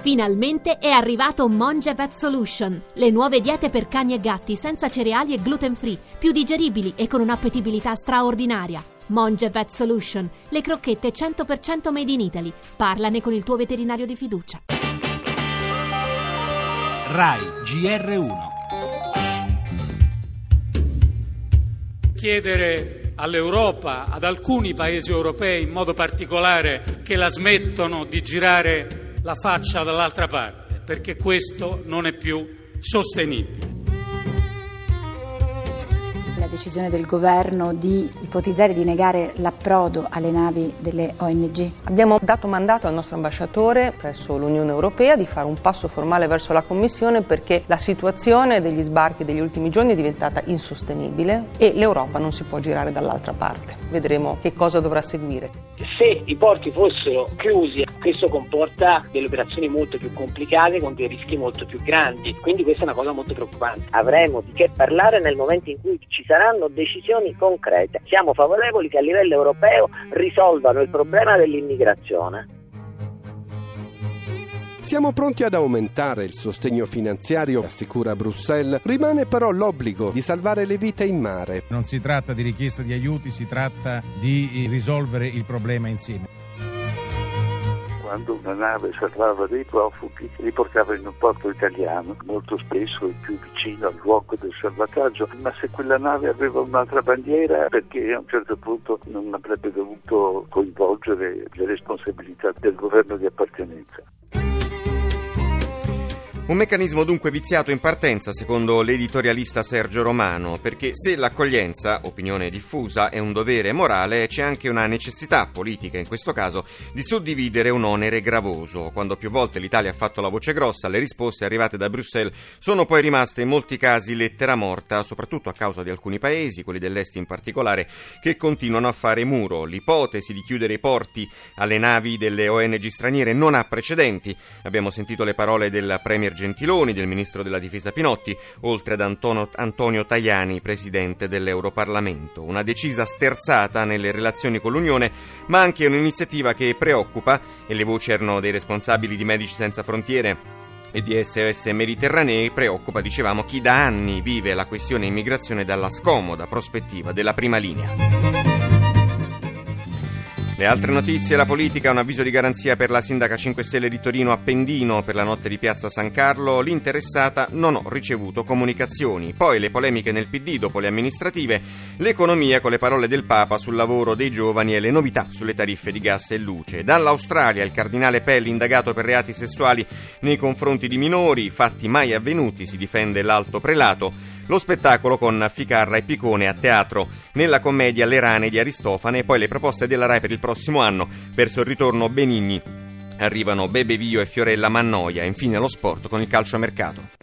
Finalmente è arrivato Monge Vet Solution, le nuove diete per cani e gatti senza cereali e gluten free, più digeribili e con un'appetibilità straordinaria. Monge Vet Solution, le crocchette 100% made in Italy. Parlane con il tuo veterinario di fiducia. Rai GR1. Chiedere all'Europa, ad alcuni paesi europei in modo particolare, che la smettono di girare la faccia dall'altra parte, perché questo non è più sostenibile. La decisione del governo di ipotizzare di negare l'approdo alle navi delle ONG. Abbiamo dato mandato al nostro ambasciatore presso l'Unione Europea di fare un passo formale verso la Commissione perché la situazione degli sbarchi degli ultimi giorni è diventata insostenibile e l'Europa non si può girare dall'altra parte. Vedremo che cosa dovrà seguire. Se i porti fossero chiusi, questo comporta delle operazioni molto più complicate con dei rischi molto più grandi, quindi questa è una cosa molto preoccupante. Avremo di che parlare nel momento in cui ci saranno decisioni concrete. Siamo favorevoli che a livello europeo risolvano il problema dell'immigrazione. Siamo pronti ad aumentare il sostegno finanziario, assicura Bruxelles. Rimane però l'obbligo di salvare le vite in mare. Non si tratta di richiesta di aiuti, si tratta di risolvere il problema insieme. Quando una nave salvava dei profughi li portava in un porto italiano, molto spesso il più vicino al luogo del salvataggio, ma se quella nave aveva un'altra bandiera, perché a un certo punto non avrebbe dovuto coinvolgere le responsabilità del governo di appartenenza. Un meccanismo dunque viziato in partenza, secondo l'editorialista Sergio Romano, perché se l'accoglienza, opinione diffusa, è un dovere morale, c'è anche una necessità politica, in questo caso, di suddividere un onere gravoso. Quando più volte l'Italia ha fatto la voce grossa, le risposte arrivate da Bruxelles sono poi rimaste in molti casi lettera morta, soprattutto a causa di alcuni paesi, quelli dell'est in particolare, che continuano a fare muro. L'ipotesi di chiudere i porti alle navi delle ONG straniere non ha precedenti. Abbiamo sentito le parole del Premier Gentiloni, del Ministro della Difesa Pinotti, oltre ad Antonio Tajani, Presidente dell'Europarlamento. Una decisa sterzata nelle relazioni con l'Unione, ma anche un'iniziativa che preoccupa, e le voci erano dei responsabili di Medici Senza Frontiere e di SOS Mediterranei. Preoccupa, dicevamo, chi da anni vive la questione immigrazione dalla scomoda prospettiva della prima linea. Le altre notizie, la politica, un avviso di garanzia per la sindaca 5 Stelle di Torino Appendino per la notte di Piazza San Carlo, l'interessata non ho ricevuto comunicazioni. Poi le polemiche nel PD dopo le amministrative, l'economia con le parole del Papa sul lavoro dei giovani e le novità sulle tariffe di gas e luce. Dall'Australia il cardinale Pell indagato per reati sessuali nei confronti di minori, fatti mai avvenuti, si difende l'alto prelato. Lo spettacolo con Ficarra e Picone a teatro, nella commedia Le rane di Aristofane e poi le proposte della Rai per il prossimo anno. Verso il ritorno Benigni arrivano Bebe Vio e Fiorella Mannoia e infine lo sport con il calciomercato.